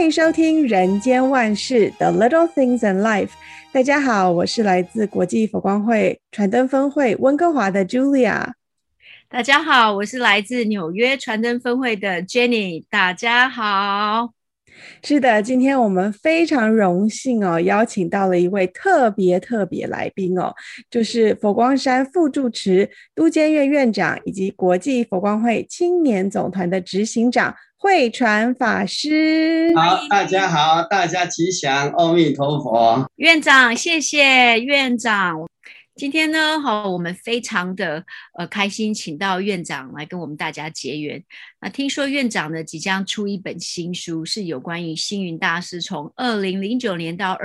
迎收听人间万事 The Little Things in Life。 大家好，我是来自国际佛光会传灯分会温哥华的 Julia。 大家好，我是来自纽约传灯分会的 Jenny。 大家好。 是的，今天我们非常荣幸邀请到了一位特别来宾就是佛光山副住持、都监院院长以及国际佛光会青年总团的执行长慧传法师。 好，大家好，大家吉祥，阿弥陀佛。 院长，谢谢院长。今天呢，我们非常的开心，请到院长来跟我们大家结缘。那听说院长呢即将出一本新书，是有关于星云大师从2009年到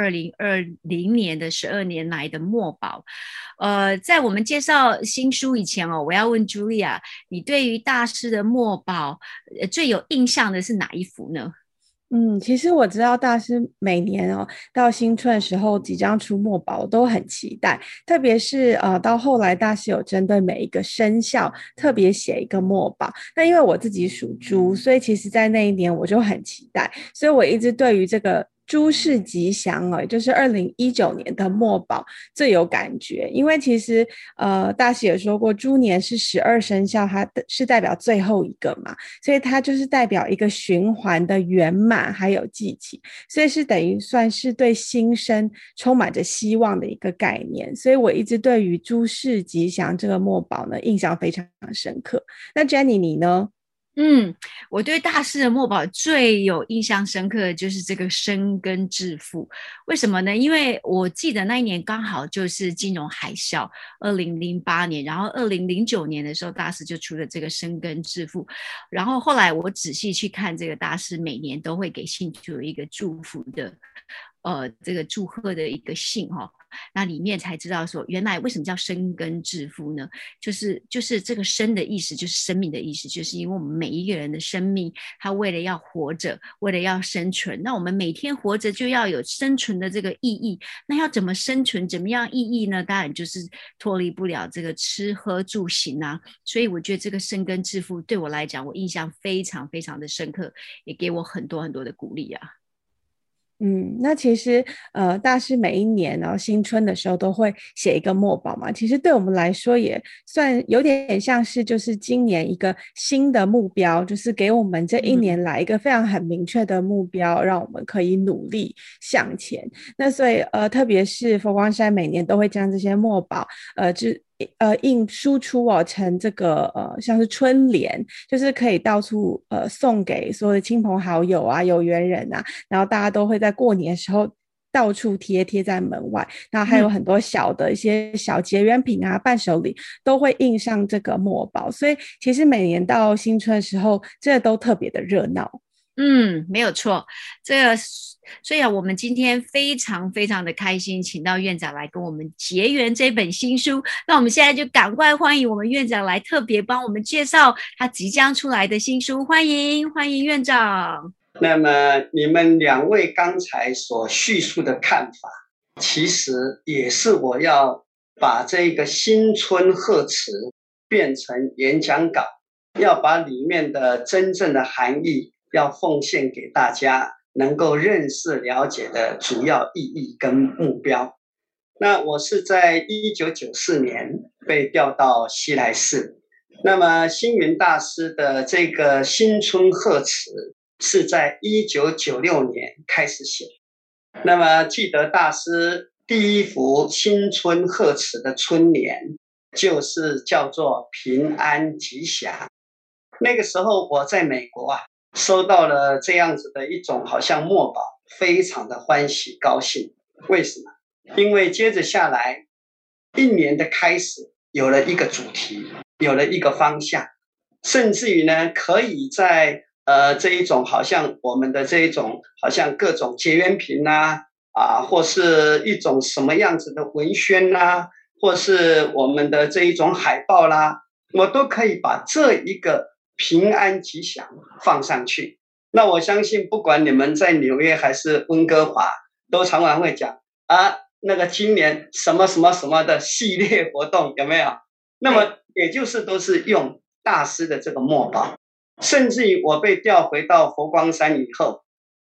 2020年的12年来的墨宝。在我们介绍新书以前我要问 Julia， 你对于大师的墨宝最有印象的是哪一幅呢？ 其实我知道大师每年到新春的时候即将出墨宝，我都很期待，特别是到后来大师有针对每一个生肖特别写一个墨宝。那因为我自己属猪，所以其实在那一年我就很期待，所以我一直对于这个诸事吉祥就是2019年的墨宝最有感觉。因为其实大师也说过，猪年是12生肖，它是代表最后一个嘛，所以它就是代表一个循环的圆满还有记起，所以是等于算是对新生充满着希望的一个概念。所以我一直对于诸事吉祥这个墨宝呢印象非常深刻。那 Jenny 你呢？ 我对大师的墨宝最有印象深刻的就是这个生根致富。为什么呢？因为我记得那一年刚好就是金融海啸2008年，然后2009年的时候大师就出了这个生根致富。然后后来我仔细去看，这个大师每年都会给信徒一个祝福的这个祝贺的一个信那里面才知道说，原来为什么叫生根致富呢？就是这个生的意思，就是生命的意思，就是因为我们每一个人的生命，他为了要活着，为了要生存，那我们每天活着就要有生存的这个意义。那要怎么生存，怎么样意义呢？当然就是脱离不了这个吃喝住行啊。所以我觉得这个生根致富对我来讲，我印象非常的深刻，也给我很多的鼓励啊。 那其实大师每一年新春的时候都会写一个墨宝嘛，其实对我们来说也算有点像是就是今年一个新的目标，就是给我们这一年来一个非常很明确的目标，让我们可以努力向前。那所以特别是佛光山每年都会将这些墨宝输出成这个像是春联，就是可以到处送给所有的亲朋好友啊、有缘人啊，然后大家都会在过年的时候到处贴在门外，然后还有很多小的一些小结缘品啊、伴手礼都会印上这个墨宝，所以其实每年到新春的时候，这都特别的热闹。 没有错。这个所以我们今天非常的开心，请到院长来跟我们结缘这本新书。那我们现在就赶快欢迎我们院长来特别帮我们介绍他即将出来的新书。欢迎院长。 那么你们两位刚才所叙述的看法，其实也是我要把这个新春贺词变成演讲稿，要把里面的真正的含义要奉献给大家能够认识了解的主要意义跟目标。那我是在1994年被调到西来寺，那么星云大师的这个新春贺词是在1996年开始写。那么记得大师第一幅新春贺词的春联就是叫做平安吉祥。那个时候我在美国收到了这样子的一种好像墨宝，非常的欢喜高兴。为什么？因为接着下来一年的开始有了一个主题，有了一个方向，甚至于呢可以在这一种好像我们的这一种好像各种结缘品或是一种什么样子的文宣或是我们的这一种海报我都可以把这一个平安吉祥放上去。那我相信不管你们在纽约还是温哥华，都常常会讲那个今年什么什么什么的系列活动有没有？那么也就是都是用大师的这个墨宝。甚至于我被调回到佛光山以后，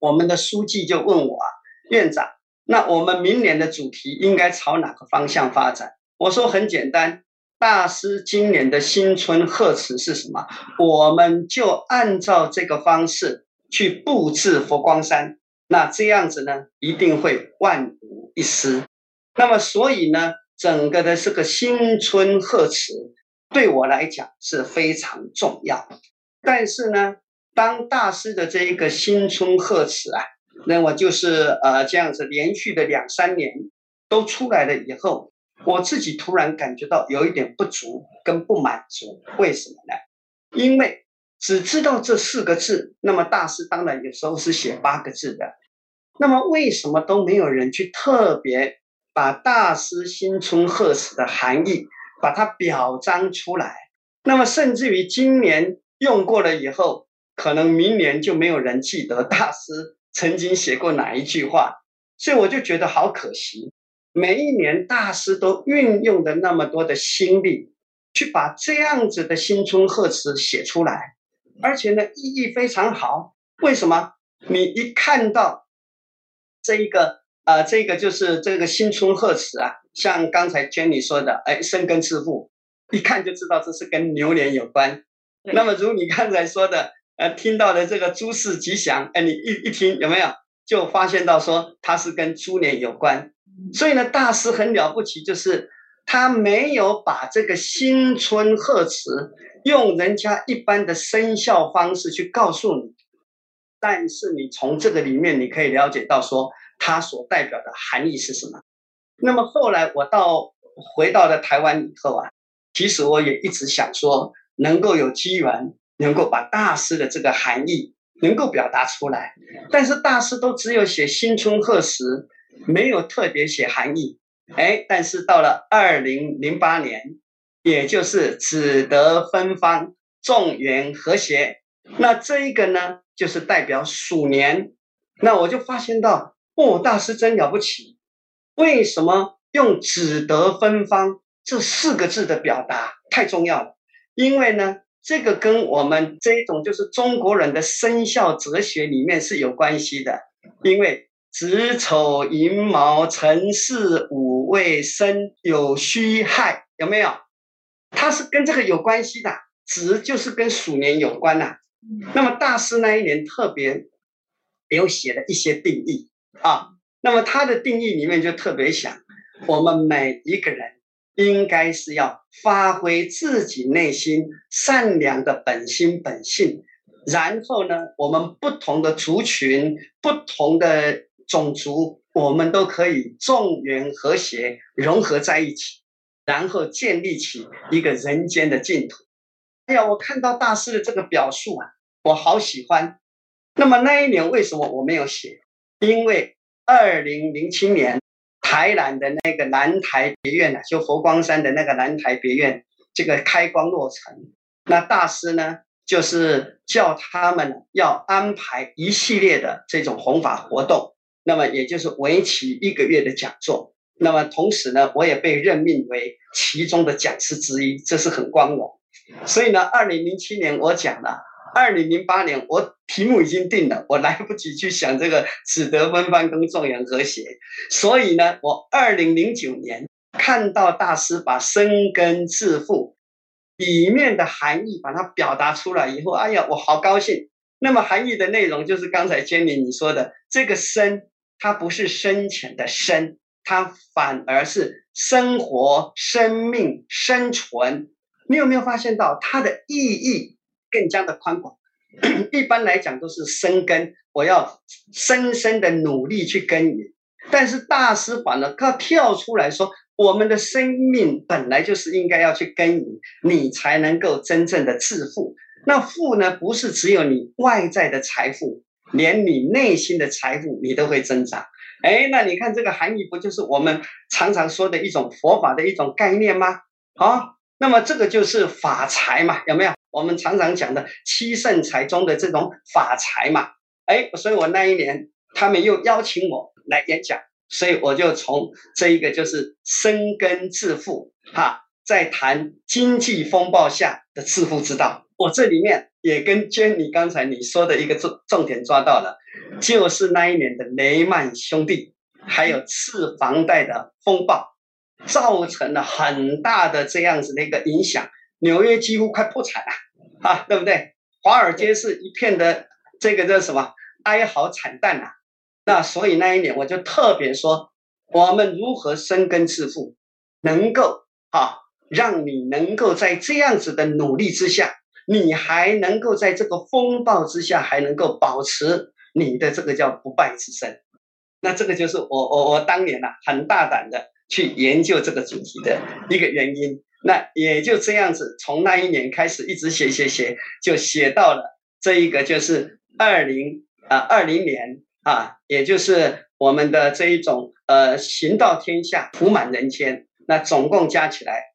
我们的书记就问我院长，那我们明年的主题应该朝哪个方向发展？我说很简单，大师今年的新春贺词是什么？我们就按照这个方式去布置佛光山，那这样子呢，一定会万无一失。那么所以呢，整个的这个新春贺词对我来讲是非常重要。但是呢，当大师的这一个新春贺词那么就是这样子连续的2、3年都出来了以后，我自己突然感觉到有一点不足跟不满足。为什么呢？因为只知道这4个字，那么大师当然有时候是写8个字的，那么为什么都没有人去特别把大师新春贺词的含义把它表彰出来？那么甚至于今年用过了以后，可能明年就没有人记得大师曾经写过哪一句话，所以我就觉得好可惜。每一年大师都运用的那么多的心力去把这样子的新春贺词写出来，而且呢意义非常好。为什么？你一看到这个就是这个新春贺词像刚才 Jenny 说的生根致富，一看就知道这是跟牛年有关。那么如你刚才说的听到的这个诸事吉祥，你一听有没有就发现到说它是跟猪年有关。所以呢，大师很了不起，就是他没有把这个新春贺词用人家一般的生肖方式去告诉你，但是你从这个里面你可以了解到说它所代表的含义是什么。那么后来我回到了台湾以后其实我也一直想说能够有机缘能够把大师的这个含义能够表达出来，但是大师都只有写新春贺词，没有特别写含义。但是到了2008年，也就是子德芬芳，众缘和谐，那这一个呢就是代表鼠年。那我就发现到大师真了不起，为什么用子德芬芳这4个字的表达太重要了？因为呢这个跟我们这一种就是中国人的生肖哲学里面是有关系的。因为子丑寅卯辰巳午未申酉戌亥，有没有？它是跟这个有关系的。子就是跟鼠年有关那么大师那一年特别有写了一些定义那么他的定义里面就特别想，我们每一个人应该是要发挥自己内心善良的本心本性，然后呢我们不同的族群不同的种族，我们都可以众缘和谐融合在一起，然后建立起一个人间的净土。我看到大师的这个表述我好喜欢。那么那一年为什么我没有写？因为2007年台南的那个南台别院就佛光山的那个南台别院这个开光落成，那大师呢就是叫他们要安排一系列的这种弘法活动，那么也就是为期1个月的讲座。那么同时呢我也被任命为其中的讲师之一，这是很光荣。所以呢2007年我讲了，2008年我题目已经定了，我来不及去想这个子德芬芳跟众缘和谐。所以呢我2009年看到大师把生根致富里面的含义把它表达出来以后，我好高兴。那么含义的内容就是刚才Jenny你说的，这个生它不是深浅的深，它反而是生活生命生存。你有没有发现到它的意义更加的宽广？一般来讲都是生根，我要深深的努力去耕耘，但是大师反而他跳出来说，我们的生命本来就是应该要去耕耘，你才能够真正的致富。那富呢不是只有你外在的财富，连你内心的财富你都会增长。那你看这个含义不就是我们常常说的一种佛法的一种概念吗？那么这个就是法财嘛，有没有？我们常常讲的7圣财中的这种法财嘛。所以我那一年他们又邀请我来演讲，所以我就从这一个就是生根致富在谈经济风暴下的致富之道。 我这里面也跟 Jenny 刚才你说的一个重点抓到了，就是那一年的雷曼兄弟还有次房贷的风暴，造成了很大的这样子的一个影响，纽约几乎快破产了对不对？华尔街是一片的这个叫什么哀嚎惨淡啊。那所以那一年我就特别说，我们如何生根致富，能够让你能够在这样子的努力之下，你还能够在这个风暴之下还能够保持你的这个叫不败之身。那这个就是我当年很大胆的去研究这个主题的一个原因。那也就这样子，从那一年开始一直写，就写到了这一个就是2020年也就是我们的这一种行道天下，福满人间。那总共加起来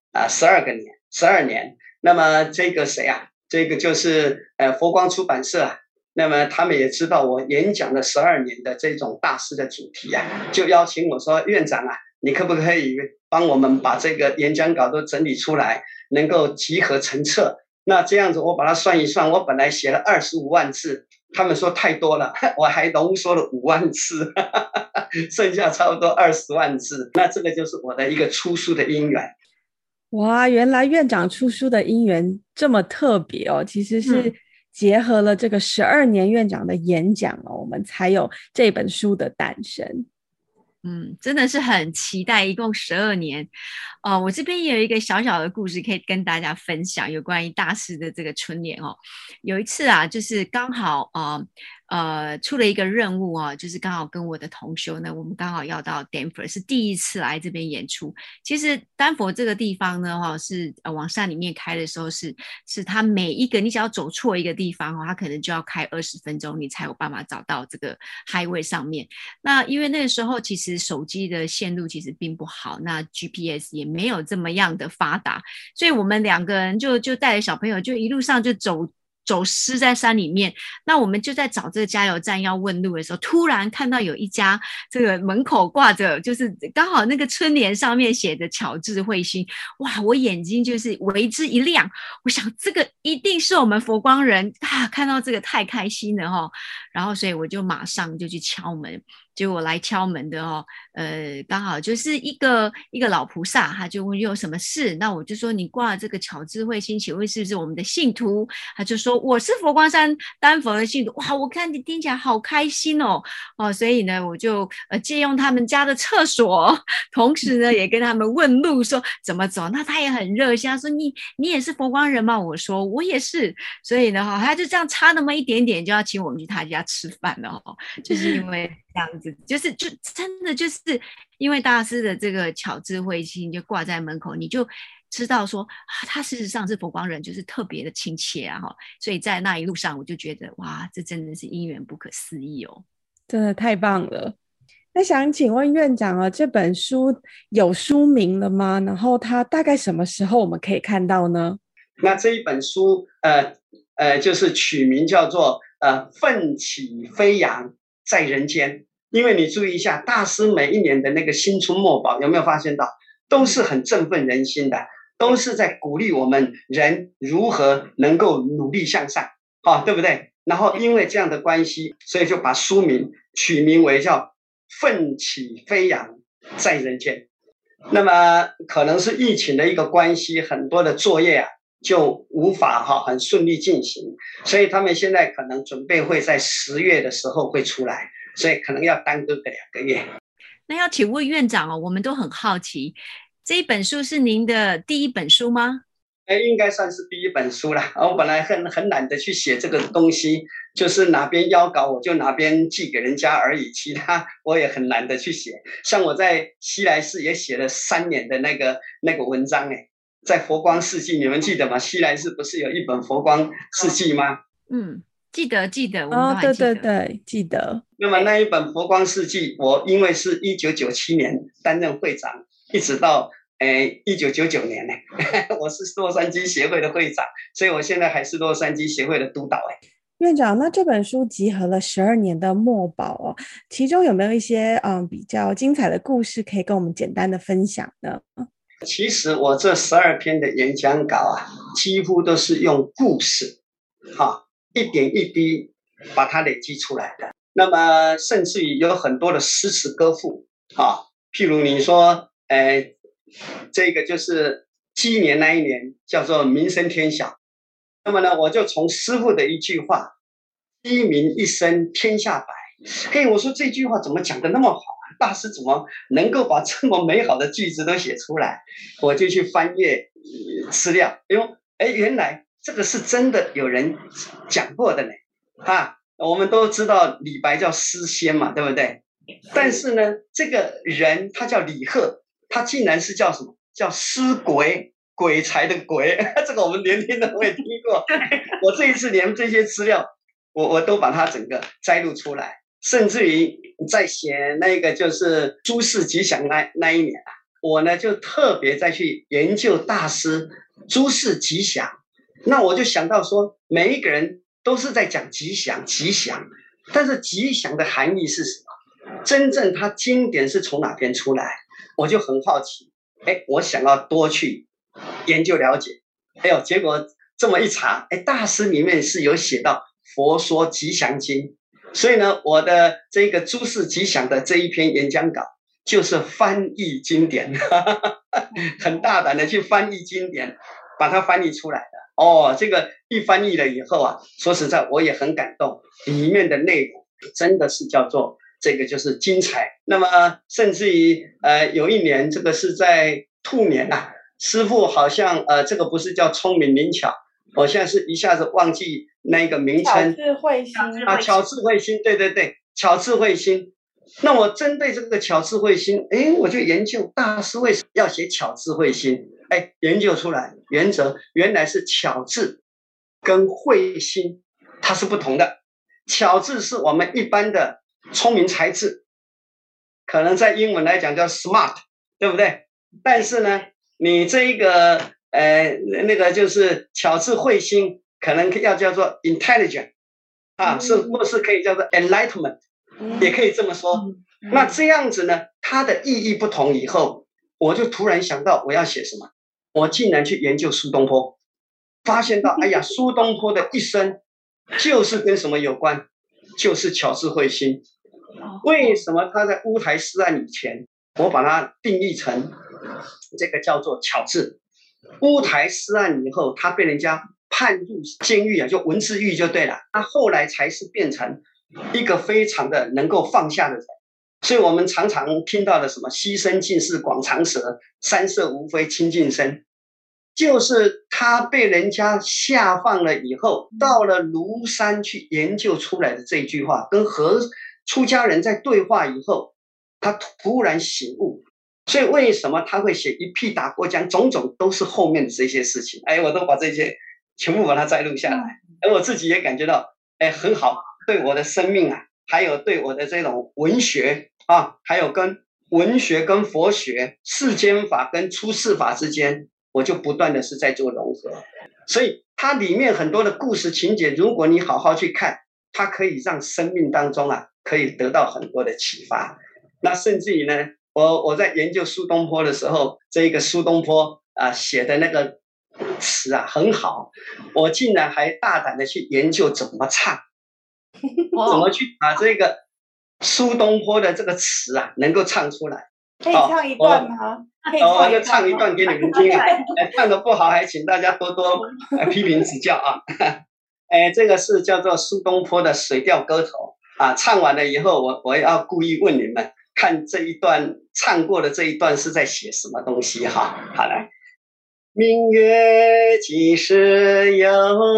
12年。那么这个谁这个就是佛光出版社那么他们也知道我演讲了12年的这种大师的主题就邀请我说，院长你可不可以帮我们把这个演讲稿都整理出来，能够集合成册？那这样子我把它算一算，我本来写了25万字，他们说太多了，我还浓缩了5万字剩下差不多20万字。那这个就是我的一个出书的因缘。 哇，原来院长出书的因缘这么特别其实是结合了这个12年院长的演讲我们才有这本书的诞生。 真的是很期待，一共12年。我这边也有一个小小的故事可以跟大家分享，有关于大师的这个春联有一次就是刚好出了一个任务就是刚好跟我的同修呢，我们刚好要到丹佛，是第一次来这边演出。其实丹佛这个地方呢是往山里面开的时候是它每一个你只要走错一个地方它可能就要开20分钟，你才有办法找到这个 highway 上面。那因为那个时候其实手机的线路其实并不好，那 GPS 也没有这么样的发达，所以我们2个人就带着小朋友就一路上就走失在山里面。那我们就在找这个加油站要问路的时候，突然看到有一家这个门口挂着，就是刚好那个春联上面写着巧智慧心。哇，我眼睛就是为之一亮，我想这个一定是我们佛光人看到这个太开心了然后所以我就马上就去敲门。结果来敲门的刚好就是一个老菩萨，他就问有什么事。那我就说你挂这个巧智慧心，请问是不是我们的信徒？他就说我是佛光山丹佛的信徒。哇，我看你听起来好开心所以呢我就借用他们家的厕所，同时呢也跟他们问路说怎么走。那他也很热心，他说你也是佛光人吗？我说我也是。所以呢他就这样差那么一点点就要请我们去他家吃饭了就是因为这样子，就真的就是因为大师的这个巧智慧心就挂在门口，你就知道说他事实上是佛光人，就是特别的亲切所以在那一路上我就觉得哇，这真的是因缘不可思议真的太棒了。那想请问院长这本书有书名了吗？然后它大概什么时候我们可以看到呢？ 那这一本书就是取名叫做奋起飞扬在人间。因为你注意一下，大师每一年的那个新春墨宝，有没有发现到都是很振奋人心的，都是在鼓励我们人如何能够努力向上对不对？然后因为这样的关系，所以就把书名取名为叫奋起飞扬在人间。那么可能是疫情的一个关系，很多的作业就无法很顺利进行，所以他们现在可能准备会在10月的时候会出来，所以可能要耽搁个2个月。 那要请问院长我们都很好奇，这一本书是您的第一本书吗？ 应该算是第一本书了。我本来很懒得去写这个东西，就是哪边邀稿我就哪边寄给人家而已，其他我也很懒得去写。像我在西来寺也写了3年的那个文章在佛光四季，你们记得吗？西来寺不是有一本佛光四季吗？ 记得，我们都还记得。 对，记得。 那么那一本佛光四季，我因为是1997年担任会长，一直到1999年我是洛杉矶协会的会长，所以我现在还是洛杉矶协会的督导院长，那这本书集合了12年的墨宝其中有没有一些比较精彩的故事可以跟我们简单的分享呢？ 其实我这12篇的演讲稿几乎都是用故事，一点一滴把它累积出来的。那么甚至于有很多的诗词歌赋譬如你说，这个就是鸡年那一年叫做民生天下。那么呢，我就从师父的一句话“鸡鸣一声天下白”，我说这句话怎么讲得那么好啊？大师怎么能够把这么美好的句子都写出来？我就去翻阅资料，原来这个是真的有人讲过的呢。我们都知道李白叫诗仙嘛，对不对？但是呢，这个人他叫李贺，他竟然是叫什么？叫诗鬼，鬼才的鬼。这个我们连听都没听过。我这一次连这些资料，我都把它整个摘录出来，甚至于在写那个就是诸事吉祥那一年我呢就特别再去研究大师诸事吉祥。那我就想到说，每一个人都是在讲吉祥，吉祥，但是吉祥的含义是什么？真正它经典是从哪边出来？我就很好奇，我想要多去研究了解。结果这么一查，大师里面是有写到《佛说吉祥经》，所以呢，我的这个诸事吉祥的这一篇演讲稿就是翻译经典，很大胆的去翻译经典，把它翻译出来的。这个一翻译了以后说实在我也很感动，里面的内容真的是叫做这个就是精彩。那么甚至于有一年，这个是在兔年师父好像这个不是叫聪明灵巧，我现在是一下子忘记那个名称。 巧智慧心巧智慧心，对对对，巧智慧心。那我针对这个巧智慧心，我就研究大师为什么要写巧智慧心。研究出来原则原来是巧智跟慧心它是不同的。巧智是我们一般的聪明才智，可能在英文来讲叫 smart， 对不对？但是呢，你这一个那个就是巧智慧心，可能要叫做 intelligent 或是可以叫做 enlightenment，也可以这么说。那这样子呢，它的意义不同以后，我就突然想到我要写什么。我竟然去研究苏东坡，发现到苏东坡的一生就是跟什么有关？就是巧智慧心。为什么他在乌台诗案以前，我把它定义成这个叫做巧智？乌台诗案以后，他被人家判入监狱就文字狱就对了。他后来才是变成一个非常的能够放下的人。所以我们常常听到的什么溪声尽是广长舌，山色无非清净身，就是他被人家下放了以后，到了庐山去研究出来的这句话，跟出家人在对话以后，他突然醒悟。所以为什么他会写一屁打过江，种种都是后面的这些事情。我都把这些全部把它摘录下来，而我自己也感觉到很好，对我的生命还有对我的这种文学还有跟文学跟佛学世间法跟出世法之间，我就不断的是在做融合。所以它里面很多的故事情节，如果你好好去看，它可以让生命当中可以得到很多的启发。那甚至于呢，我在研究苏东坡的时候，这个苏东坡写的那个词很好，我竟然还大胆的去研究怎么唱，怎么去把这个苏东坡的这个词能够唱出来。 可以唱一段吗？ 我就唱一段给你们听唱得不好还请大家多多批评指教这个是叫做苏东坡的《水调歌头》唱完了以后，我要故意问你们，看这一段唱过的这一段是在写什么东西好来，明月几时有，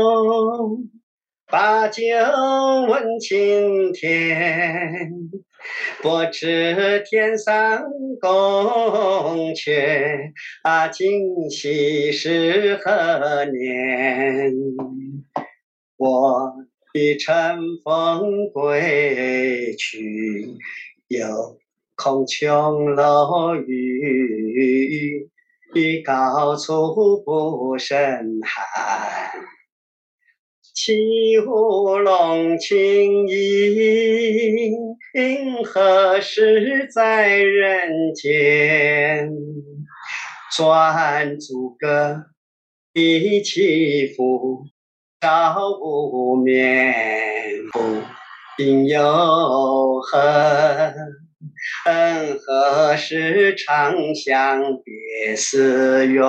把酒问青天，不知天上宫阙，今夕是何年？我已乘风归去，又恐琼楼玉宇，高处不胜寒。起舞弄清影，何时在人间？转朱阁， 一起伏，朝无眠，不应有恨。恨何时长向别时圆？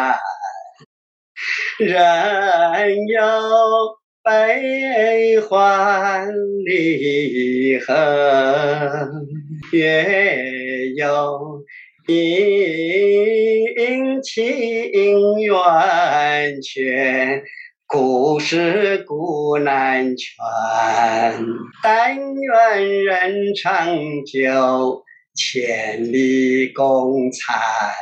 人有悲欢离合，月有阴晴圆缺，故事古难全。但愿人长久，千里共婵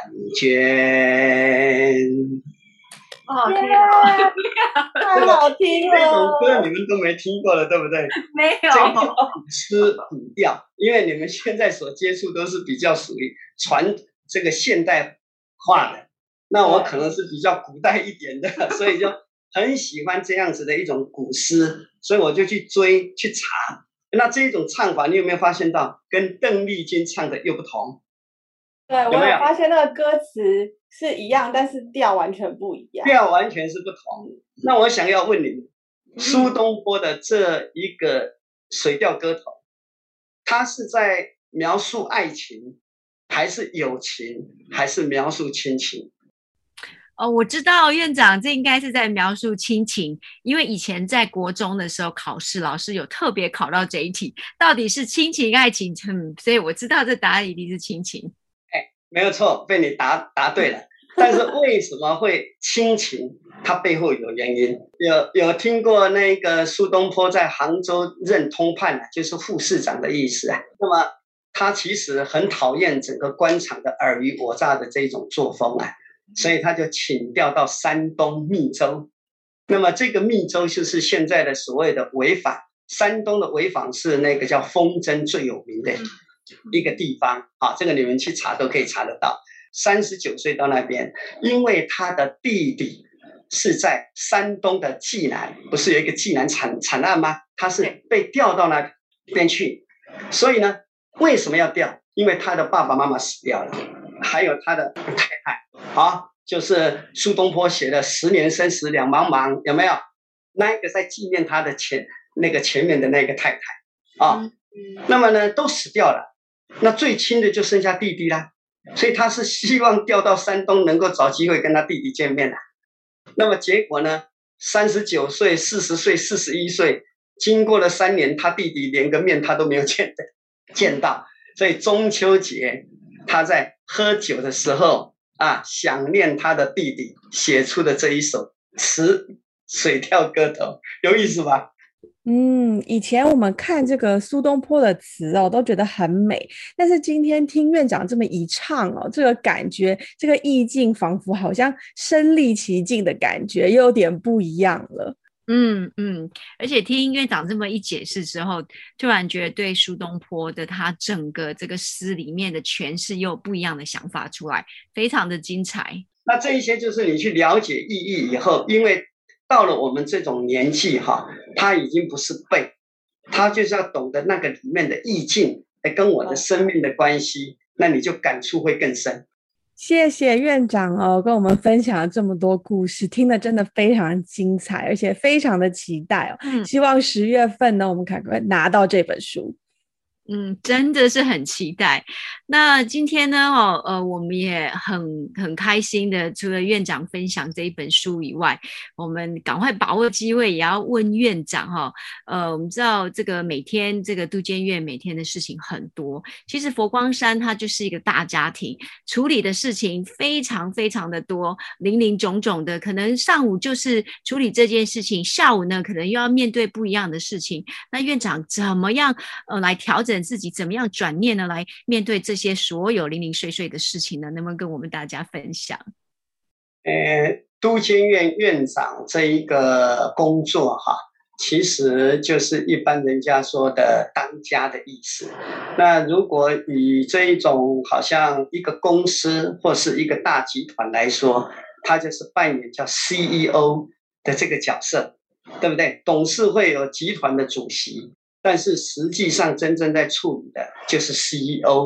娟。 好好听哦， 太好听了！ 这首歌你们都没听过了，对不对？ 没有， 这个叫古诗古调，因为你们现在所接触都是比较属于这个现代化的，那我可能是比较古代一点的，所以就很喜欢这样子的一种古诗，所以我就去追去查。那这种唱法，你有没有发现到跟邓丽君唱的又不同？ 对，我有发现那个歌词是一样，但是调完全不一样， 调完全是不同。那我想要问你们，苏东坡的这一个水调歌头，他是在描述爱情，还是友情，还是描述亲情？ 我知道院长这应该是在描述亲情，因为以前在国中的时候考试，老师有特别考到这一题，到底是亲情爱情，所以我知道这答案一定是亲情。 没有错，被你答对了。但是为什么会亲情？它背后有原因。有听过那个苏东坡在杭州任通判，就是副市长的意思啊。那么他其实很讨厌整个官场的尔虞我诈的这种作风啊，所以他就请调到山东密州。那么这个密州就是现在的所谓的潍坊，山东的潍坊是那个叫风筝最有名的一个地方啊，这个你们去查都可以查得到。39岁到那边，因为他的弟弟是在山东的济南，不是有一个济南惨案吗？他是被调到那边去，所以呢，为什么要调？因为他的爸爸妈妈死掉了，还有他的太太啊，就是苏东坡写的10年生死两茫茫，有没有？那一个在纪念他的前面的那个太太啊，那么呢都死掉了。那最亲的就剩下弟弟啦，所以他是希望调到山东能够找机会跟他弟弟见面的。那么结果呢，39岁、40岁、41岁，经过了3年，他弟弟连个面他都没有见到，所以中秋节他在喝酒的时候啊，想念他的弟弟，写出的这一首词水调歌头，有意思吧？ 以前我们看这个苏东坡的词哦，都觉得很美，但是今天听院长这么一唱哦，这个感觉，这个意境仿佛好像身临其境的感觉，又有点不一样了。 而且听院长这么一解释之后，突然觉得对苏东坡的他整个这个诗里面的诠释又有不一样的想法出来，非常的精彩。 那这一些就是你去了解意义以后，因为到了我们这种年纪哈，他已经不是背，他就是要懂得那个里面的意境，跟我的生命的关系，那你就感触会更深。 谢谢院长哦，跟我们分享了这么多故事，听得真的非常精彩，而且非常的期待哦。希望10月份呢，我们赶快拿到这本书。 真的是很期待。那今天呢，我们也很开心的，除了院长分享这一本书以外，我们赶快把握机会，也要问院长哈。我们知道这个每天这个都监院每天的事情很多，其实佛光山它就是一个大家庭，处理的事情非常非常的多，林林总总的，可能上午就是处理这件事情，下午呢可能又要面对不一样的事情。那院长怎么样来调整自己，怎么样转念呢，来面对这些所有零零碎碎的事情呢？能不能跟我们大家分享？ 都监院院长这一个工作哈，其实就是一般人家说的当家的意思。那如果以这一种好像一个公司或是一个大集团来说，他就是扮演叫 CEO 的这个角色，对不对？董事会有集团的主席，但是实际上真正在处理的就是 CEO。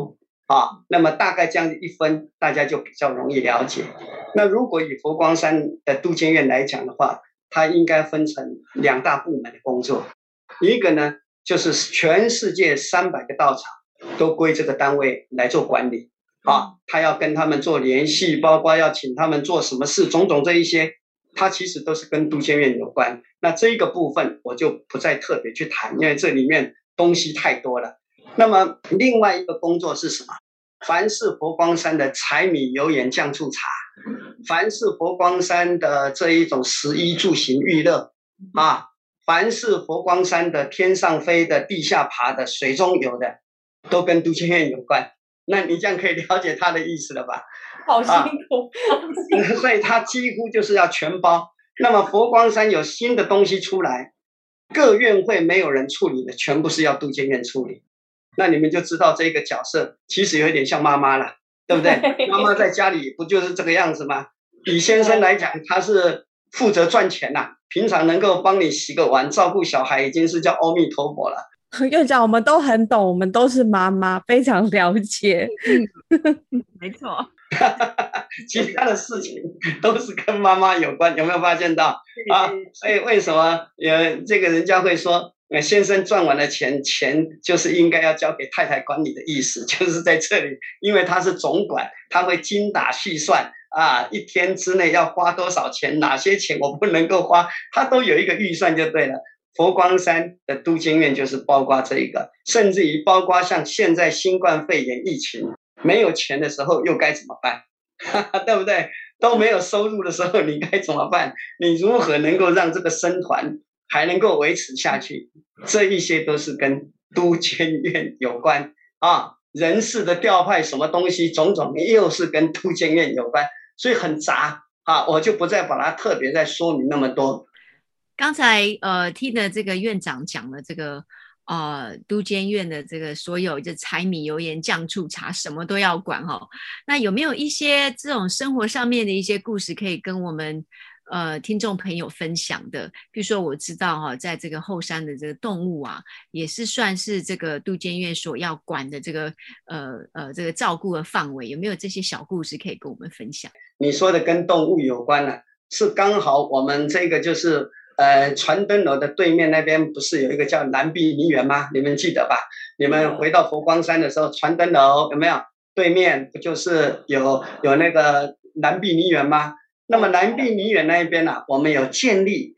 那么大概这样一分，大家就比较容易了解。那如果以佛光山的都监院来讲的话，它应该分成2大部门的工作，一个呢就是全世界300个道场都归这个单位来做管理，他要跟他们做联系，包括要请他们做什么事，种种这一些，它其实都是跟都监院有关。那这一个部分我就不再特别去谈，因为这里面东西太多了。那么另外一个工作是什么？凡是佛光山的柴米油盐酱醋茶，凡是佛光山的这一种食衣住行娱乐凡是佛光山的天上飞的、地下爬的、水中游的，都跟都监院有关。那你这样可以了解他的意思了吧？ 好辛苦， 所以他几乎就是要全包。那么佛光山有新的东西出来，各院会没有人处理的，全部是要都监院处理。那你们就知道这个角色其实有一点像妈妈了，对不对？妈妈在家里不就是这个样子吗？李先生来讲，他是负责赚钱平常能够帮你洗个碗、照顾小孩，已经是叫阿弥陀佛了。 院长，我们都很懂，我们都是妈妈，非常了解。 没错。 其他的事情都是跟妈妈有关，有没有发现到所以为什么这个人家会说先生赚完了钱就是应该要交给太太管理的意思，就是在这里，因为他是总管，他会精打细算一天之内要花多少钱，哪些钱我不能够花，他都有一个预算就对了。佛光山的都监院就是包括这一个，甚至于包括像现在新冠肺炎疫情没有钱的时候又该怎么办对不对？都没有收入的时候你该怎么办？你如何能够让这个僧团还能够维持下去？这一些都是跟都监院有关人事的调派什么东西种种又是跟都监院有关，所以很杂我就不再把它特别再说明那么多。 刚才听的这个院长讲了这个都监院的这个所有这柴米油盐酱醋茶什么都要管那有没有一些这种生活上面的一些故事可以跟我们听众朋友分享的？比如说我知道在这个后山的这个动物也是算是这个都监院所要管的这个这个照顾的范围，有没有这些小故事可以跟我们分享？ 你说的跟动物有关是刚好我们这个就是传灯楼的对面那边不是有一个叫南碧泥园吗？你们记得吧？你们回到佛光山的时候，传灯楼有没有对面不就是有那个南碧泥园吗？那么南碧泥园那一边我们有建立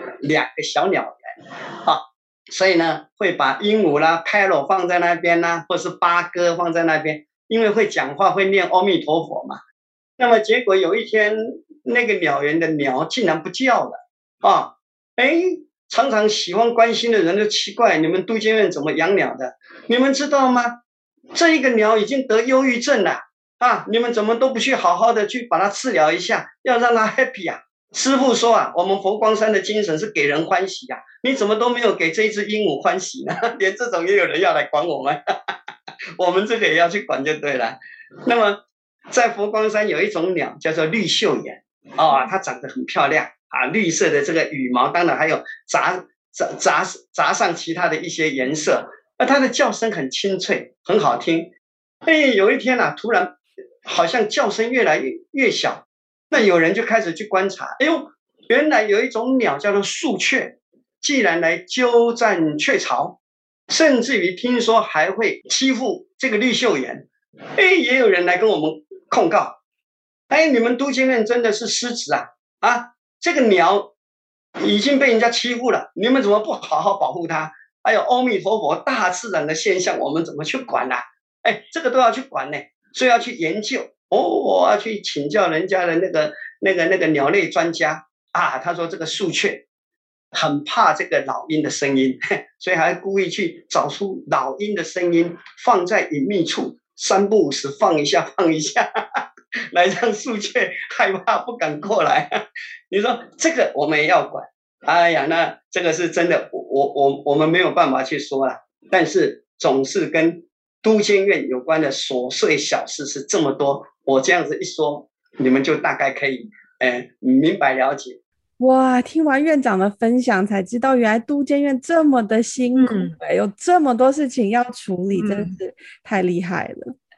2个小鸟园所以呢会把鹦鹉啦、parrot 放在那边或是八哥放在那边，因为会讲话，会念阿弥陀佛嘛。那么结果有一天那个鸟园的鸟竟然不叫了常常喜欢关心的人就奇怪，你们都监院怎么养鸟的？你们知道吗？这一个鸟已经得忧郁症了你们怎么都不去好好的去把它治疗一下，要让它 happy 师父说我们佛光山的精神是给人欢喜你怎么都没有给这一只鹦鹉欢喜呢？连这种也有人要来管我们我们这个也要去管就对了。那么在佛光山有一种鸟叫做绿袖眼它长得很漂亮绿色的这个羽毛，当然还有杂上其他的一些颜色，它的叫声很清脆，很好听。有一天突然好像叫声越来越小，那有人就开始去观察，原来有一种鸟叫做树雀，既然来鸠占鹊巢，甚至于听说还会欺负这个绿袖眼。也有人来跟我们控告，你们都监院真的是失职这个鸟已经被人家欺负了，你们怎么不好好保护它？还有阿弥陀佛，大自然的现象我们怎么去管这个都要去管呢，所以要去研究我要去请教人家的那个鸟类专家他说这个树雀很怕这个老鹰的声音，所以还故意去找出老鹰的声音放在隐秘处，3不5时放一下来让树雀害怕不敢过来你说这个我们也要管，那这个是真的我们没有办法去说了，但是总是跟都监院有关的琐碎小事是这么多，我这样子一说你们就大概可以明白了解。 哇，听完院长的分享才知道原来都监院这么的辛苦有这么多事情要处理真是太厉害了。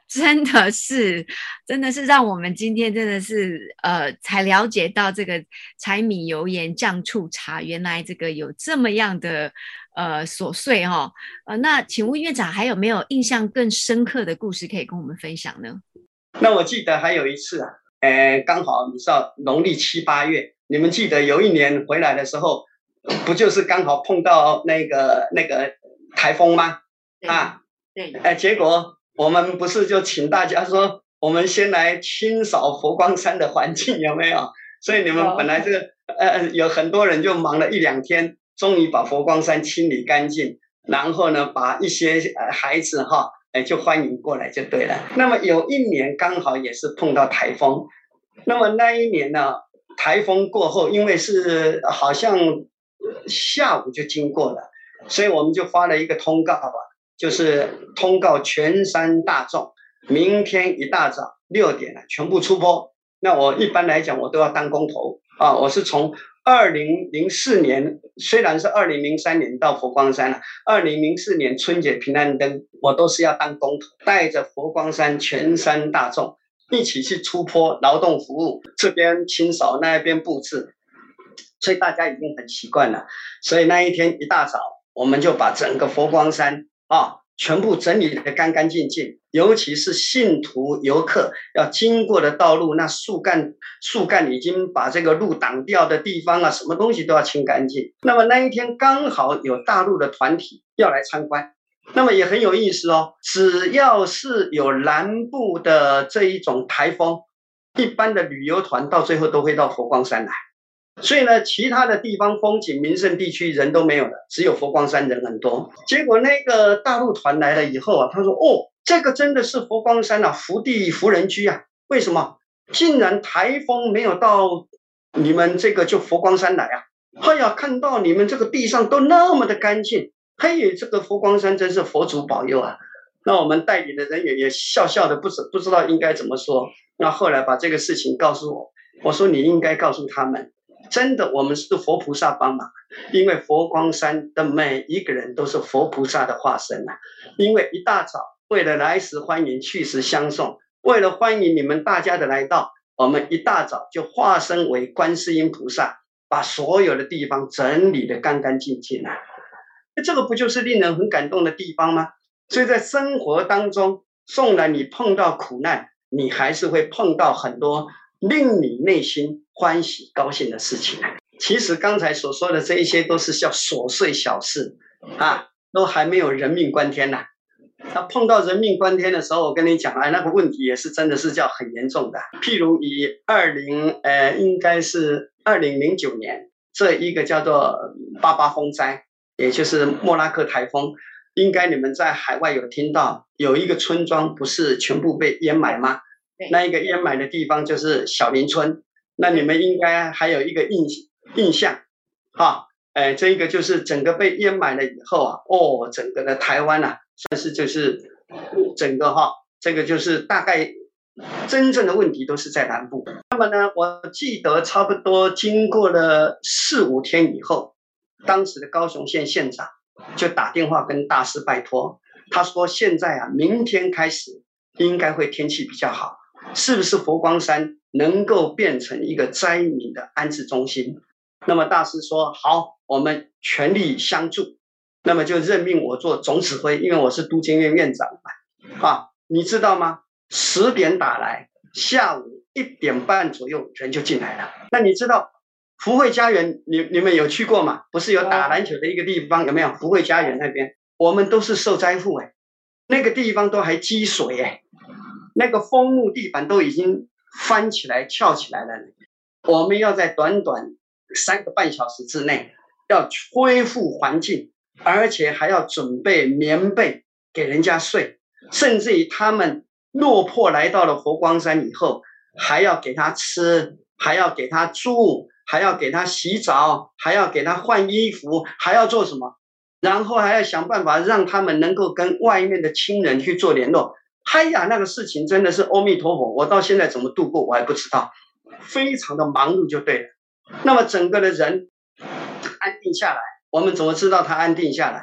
真的是让我们今天真的是才了解到这个柴米油盐酱醋茶，原来这个有这么样的琐碎哈。那请问院长还有没有印象更深刻的故事可以跟我们分享呢？ 那我记得还有一次啊，刚好你知道农历7、8月，你们记得有一年回来的时候，不就是刚好碰到那个台风吗？ 对， 结果我们不是就请大家说，我们先来清扫佛光山的环境，有没有？所以你们本来这个有很多人就忙了1、2天，终于把佛光山清理干净，然后呢，把一些孩子就欢迎过来就对了。那么有一年刚好也是碰到台风，那么那一年呢，台风过后，因为是好像下午就经过了，所以我们就发了一个通告啊，就是通告全山大众，明天一大早6点全部出坡。那我一般来讲我都要当工头啊，我是从2004年，虽然是2003年到佛光山了，2004年春节平安灯，我都是要当工头，带着佛光山全山大众一起去出坡劳动服务，这边清扫，那边布置，所以大家已经很习惯了。所以那一天一大早，我们就把整个佛光山全部整理得干干净净，尤其是信徒游客要经过的道路，那树干已经把这个路挡掉的地方啊，什么东西都要清干净。那么那一天刚好有大陆的团体要来参观，那么也很有意思哦，只要是有南部的这一种台风，一般的旅游团到最后都会到佛光山来。所以呢，其他的地方风景名胜地区人都没有了，只有佛光山人很多。结果那个大陆团来了以后啊，他说这个真的是佛光山啊，福地福人居啊。为什么？竟然台风没有到你们这个就佛光山来啊。哎呀，看到你们这个地上都那么的干净，嘿，这个佛光山真是佛祖保佑啊。那我们带领的人也笑笑的，不知道应该怎么说。那后来把这个事情告诉我，我说你应该告诉他们，真的，我们是佛菩萨帮忙，因为佛光山的每一个人都是佛菩萨的化身啊。因为一大早，为了来时欢迎，去时相送，为了欢迎你们大家的来到，我们一大早就化身为观世音菩萨，把所有的地方整理得干干净净啊。这个不就是令人很感动的地方吗？所以在生活当中，纵然你碰到苦难，你还是会碰到很多令你内心欢喜高兴的事情。其实刚才所说的这一些都是叫琐碎小事啊，都还没有人命关天呢。那碰到人命关天的时候，我跟你讲那个问题也是真的是叫很严重的。譬如以应该是2009年这一个叫做88风灾，也就是莫拉克台风，应该你们在海外有听到，有一个村庄不是全部被淹埋吗？那一个淹埋的地方就是小林村，那你们应该还有一个印象这一个就是整个被淹埋了以后啊，整个的台湾啊，算是就是整个这个就是大概真正的问题都是在南部。那么呢，我记得差不多经过了4、5天以后，当时的高雄县县长就打电话跟大师拜托，他说现在啊，明天开始应该会天气比较好，是不是佛光山能够变成一个灾民的安置中心？那么大师说好，我们全力相助，那么就任命我做总指挥，因为我是都经院院长嘛。你知道吗？10点打来，下午1点半左右人就进来了。那你知道福慧家园你们有去过吗？不是有打篮球的一个地方，有没有？福慧家园那边我们都是受灾户那个地方都还积水那个枫木地板都已经翻起来翘起来了。我们要在短短3个半小时之内要恢复环境，而且还要准备棉被给人家睡，甚至于他们落魄来到了佛光山以后，还要给他吃，还要给他住，还要给他洗澡，还要给他换衣服，还要做什么？然后还要想办法让他们能够跟外面的亲人去做联络。那个事情真的是阿弥陀佛，我到现在怎么度过我还不知道，非常的忙碌就对了。那么整个的人安定下来，我们怎么知道他安定下来？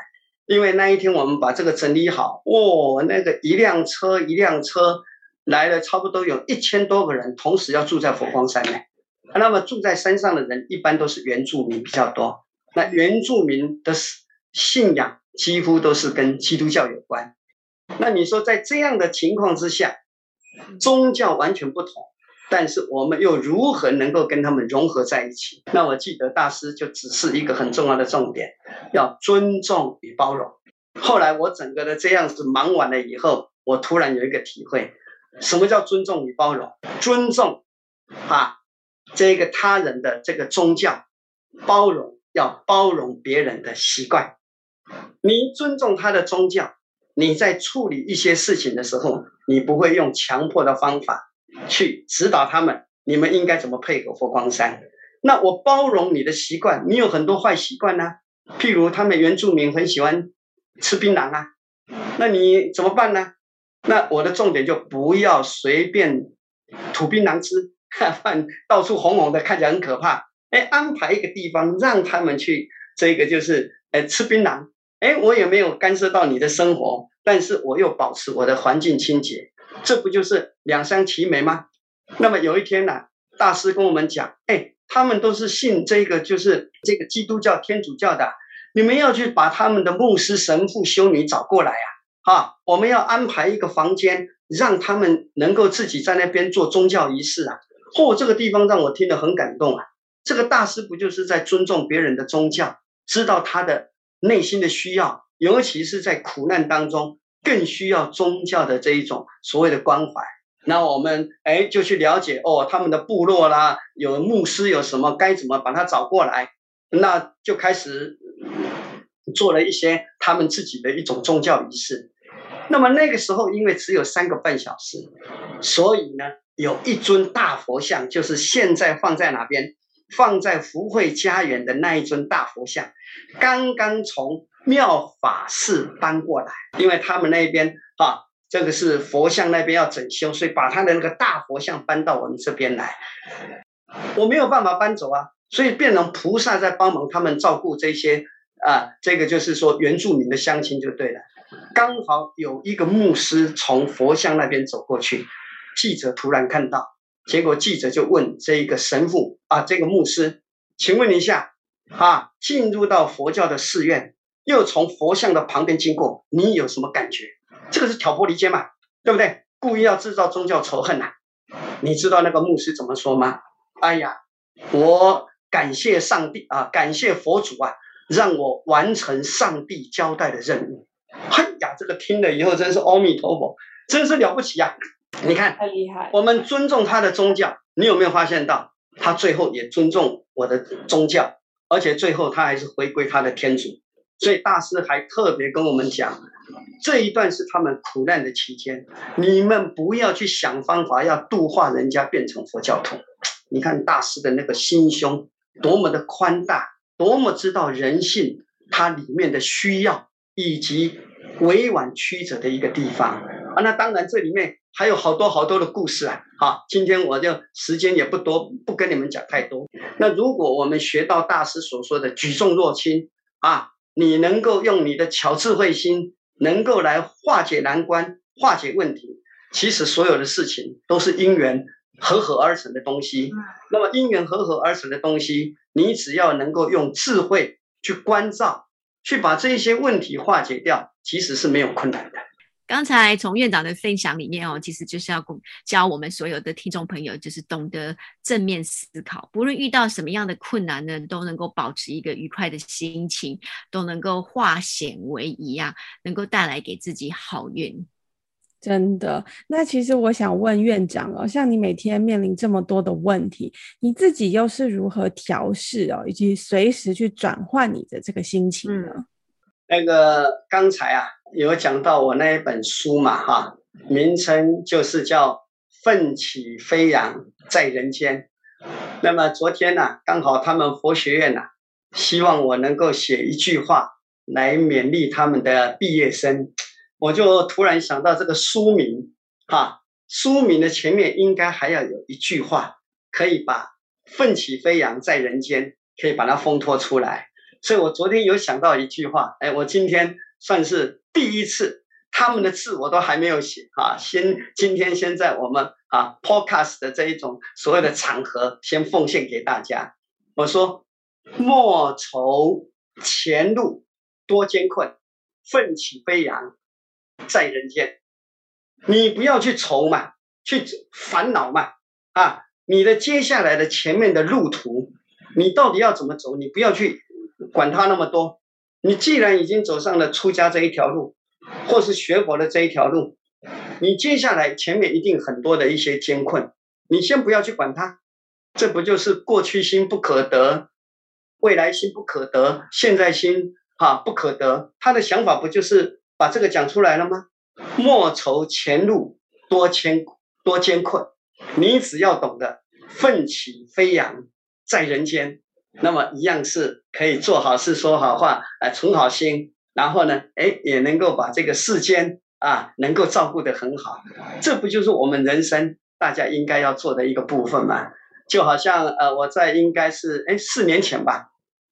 因为那一天我们把这个整理好，那个一辆车来了，差不多有1000多个人，同时要住在佛光山呢。那么住在山上的人一般都是原住民比较多，那原住民的信仰几乎都是跟基督教有关。那你说在这样的情况之下，宗教完全不同，但是我们又如何能够跟他们融合在一起？那我记得大师就只是一个很重要的重点，要尊重与包容。后来我整个的这样子忙完了以后，我突然有一个体会，什么叫尊重与包容？尊重这个他人的这个宗教，包容要包容别人的习惯。你尊重他的宗教，你在处理一些事情的时候，你不会用强迫的方法去指导他们，你们应该怎么配合佛光山。那我包容你的习惯，你有很多坏习惯啊，譬如他们原住民很喜欢吃槟榔啊，那你怎么办呢？那我的重点就不要随便吐槟榔汁，到处红红的，看起来很可怕。安排一个地方让他们去这个就是吃槟榔，我也没有干涉到你的生活，但是我又保持我的环境清洁，这不就是两相其美吗？那么有一天呢，大师跟我们讲，他们都是信这个就是这个基督教天主教的，你们要去把他们的牧师神父修女找过来我们要安排一个房间让他们能够自己在那边做宗教仪式啊。这个地方让我听得很感动啊。这个大师不就是在尊重别人的宗教，知道他的内心的需要，尤其是在苦难当中更需要宗教的这一种所谓的关怀。那我们就去了解他们的部落啦，有牧师有什么该怎么把他找过来，那就开始做了一些他们自己的一种宗教仪式。那么那个时候因为只有3个半小时，所以呢有一尊大佛像，就是现在放在哪边，放在福慧家园的那一尊大佛像，刚刚从妙法寺搬过来，因为他们那边这个是佛像那边要整修，所以把他的那个大佛像搬到我们这边来。我没有办法搬走啊，所以变成菩萨在帮忙他们照顾这些这个就是说原住民的乡亲就对了。刚好有一个牧师从佛像那边走过去，记者突然看到，结果记者就问这个神父这个牧师，请问一下进入到佛教的寺院，又从佛像的旁边经过，你有什么感觉？这个是挑拨离间嘛，对不对？故意要制造宗教仇恨啊。你知道那个牧师怎么说吗？我感谢上帝感谢佛祖让我完成上帝交代的任务。这个听了以后真是阿弥陀佛，真是了不起啊。你看太厉害， 我们尊重他的宗教，你有没有发现到他最后也尊重我的宗教，而且最后他还是回归他的天主。所以大师还特别跟我们讲，这一段是他们苦难的期间，你们不要去想方法要度化人家变成佛教徒。你看大师的那个心胸多么的宽大，多么知道人性它里面的需要以及委婉曲折的一个地方那当然这里面还有好多好多的故事今天我就时间也不多，不跟你们讲太多。那如果我们学到大师所说的举重若轻你能够用你的巧智慧心能够来化解难关，化解问题，其实所有的事情都是因缘合合而成的东西。那么因缘合合而成的东西，你只要能够用智慧去关照，去把这些问题化解掉，其实是没有困难的。 刚才从院长的分享里面其实就是要教我们所有的听众朋友，就是懂得正面思考，不论遇到什么样的困难呢，都能够保持一个愉快的心情，都能够化险为夷能够带来给自己好运。 真的。那其实我想问院长像你每天面临这么多的问题，你自己又是如何调试以及随时去转换你的这个心情呢？ 那个刚才有讲到我那一本书嘛名称就是叫奋起飞扬在人间。那么昨天刚好他们佛学院希望我能够写一句话来勉励他们的毕业生，我就突然想到这个书名书名的前面应该还要有一句话，可以把奋起飞扬在人间可以把它烘托出来。所以我昨天有想到一句话我今天算是第一次，他们的字我都还没有写啊。今天先在我们podcast 的这一种所谓的场合，先奉献给大家。我说，莫愁前路多艰困，奋起飞扬在人间。你不要去愁嘛，去烦恼嘛，你的接下来的前面的路途，你到底要怎么走？你不要去管它那么多。你既然已经走上了出家这一条路，或是学佛的这一条路，你接下来前面一定很多的一些艰困，你先不要去管它。这不就是过去心不可得，未来心不可得，现在心不可得？他的想法不就是把这个讲出来了吗？莫愁前路多艰困，你只要懂得奋起飞扬在人间，那么一样是可以做好事说好话，存好心，然后呢也能够把这个世间能够照顾得很好。这不就是我们人生大家应该要做的一个部分吗？就好像我在应该是4年前吧，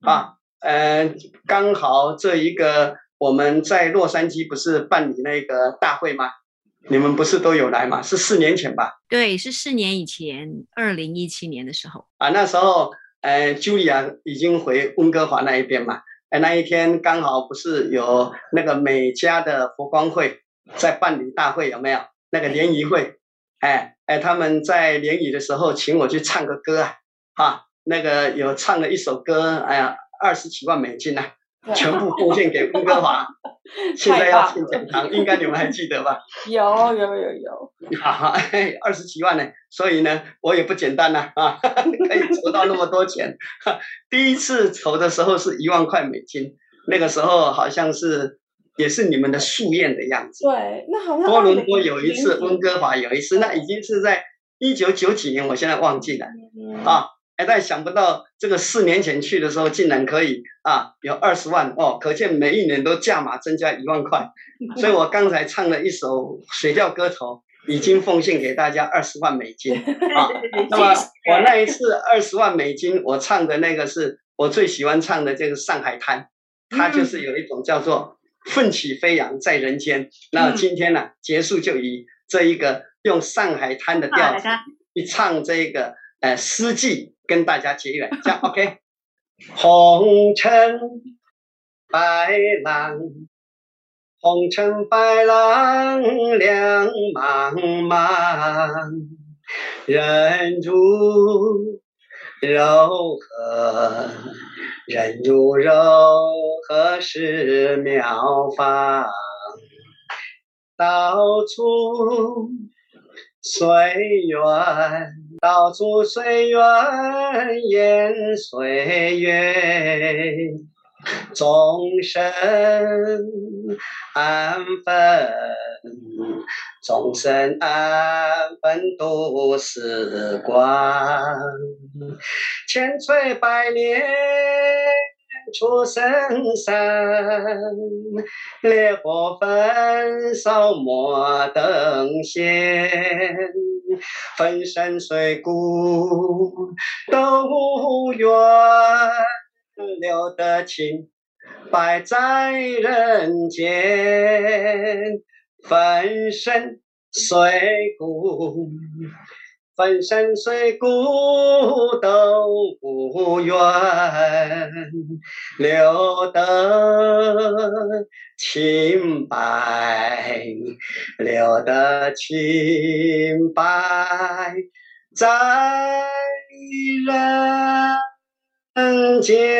刚好这一个我们在洛杉矶不是办理那个大会吗？你们不是都有来吗？是4年前吧？ 对，是4年以前，2017年的时候那时候Julia 已经回温哥华那一边嘛，那一天刚好不是有那个美加的佛光会在办理大会，有没有那个联谊会？他们在联谊的时候请我去唱个歌那个有唱了一首歌，20几万美金全部奉献给温哥华。现在要进讲堂，应该你们还记得吧？ 有 20几万呢，所以呢，我也不简单可以筹到那么多钱。第一次筹的时候是1万块美金，那个时候好像是也是你们的宿宴的样子。 对，那好像多伦多有一次，温哥华有一次，那已经是在1990几年，我现在忘记了但想不到这个4年前去的时候，竟然可以有20万可见每一年都价码增加1万块。所以我刚才唱了一首《水调歌头》，已经奉献给大家20万美金那么我那一次20万美金，我唱的那个是我最喜欢唱的这个《上海滩》，它就是有一种叫做奋起飞扬在人间。那今天呢，结束就以这一个用上海滩的调子去唱这个诗句跟大家结缘，这样 OK。 红尘白浪，红尘白浪两茫茫，人如柔和，人如柔和是妙法，到处随缘，到处随缘言随缘，众生安分，众生安分度时光，千锤百炼出深山，烈火焚烧莫等闲，粉身碎骨都无缘，留得清白在人间，粉身碎骨，粉身碎骨都无缘，留得清白，留得清白在人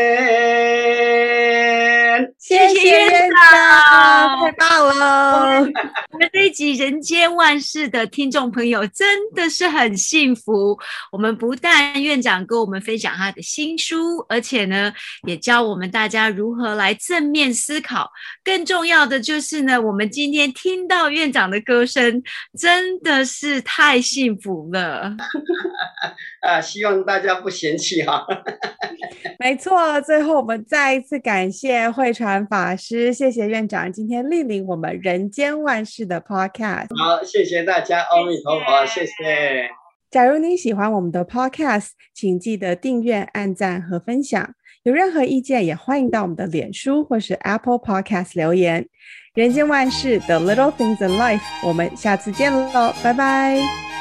间。 谢谢院长，太棒了！ 我们这一集人间万事的听众朋友真的是很幸福。我们不但院长跟我们分享他的新书，而且呢，也教我们大家如何来正面思考。更重要的就是呢，我们今天听到院长的歌声，真的是太幸福了。 希望大家不嫌弃没错，最后我们再一次感谢慧传法师，谢谢院长今天莅临我们人间万事的 podcast。 好，谢谢大家，阿弥陀佛，谢谢。 假如你喜欢我们的 Podcast， 请记得订阅、按赞和分享。有任何意见也欢迎到我们的脸书或是 Apple Podcast 留言。人间万事 The Little Things in Life， 我们下次见喽，拜拜。